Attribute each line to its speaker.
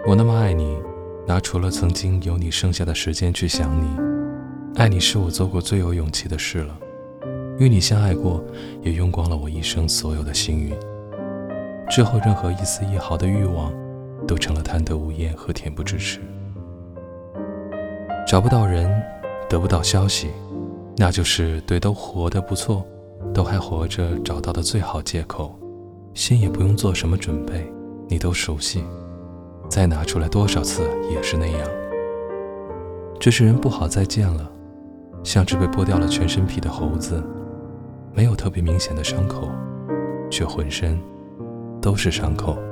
Speaker 1: 我那么爱你，拿出了曾经有你剩下的时间去想你。爱你是我做过最有勇气的事了，与你相爱过，也用光了我一生所有的幸运。之后任何一丝一毫的欲望，都成了贪得无厌和恬不知耻。找不到人，得不到消息，那就是对都活得不错，都还活着找到的最好借口。心也不用做什么准备，你都熟悉，再拿出来多少次也是那样。只是人不好再见了，像只被剥掉了全身皮的猴子，没有特别明显的伤口，却浑身都是伤口。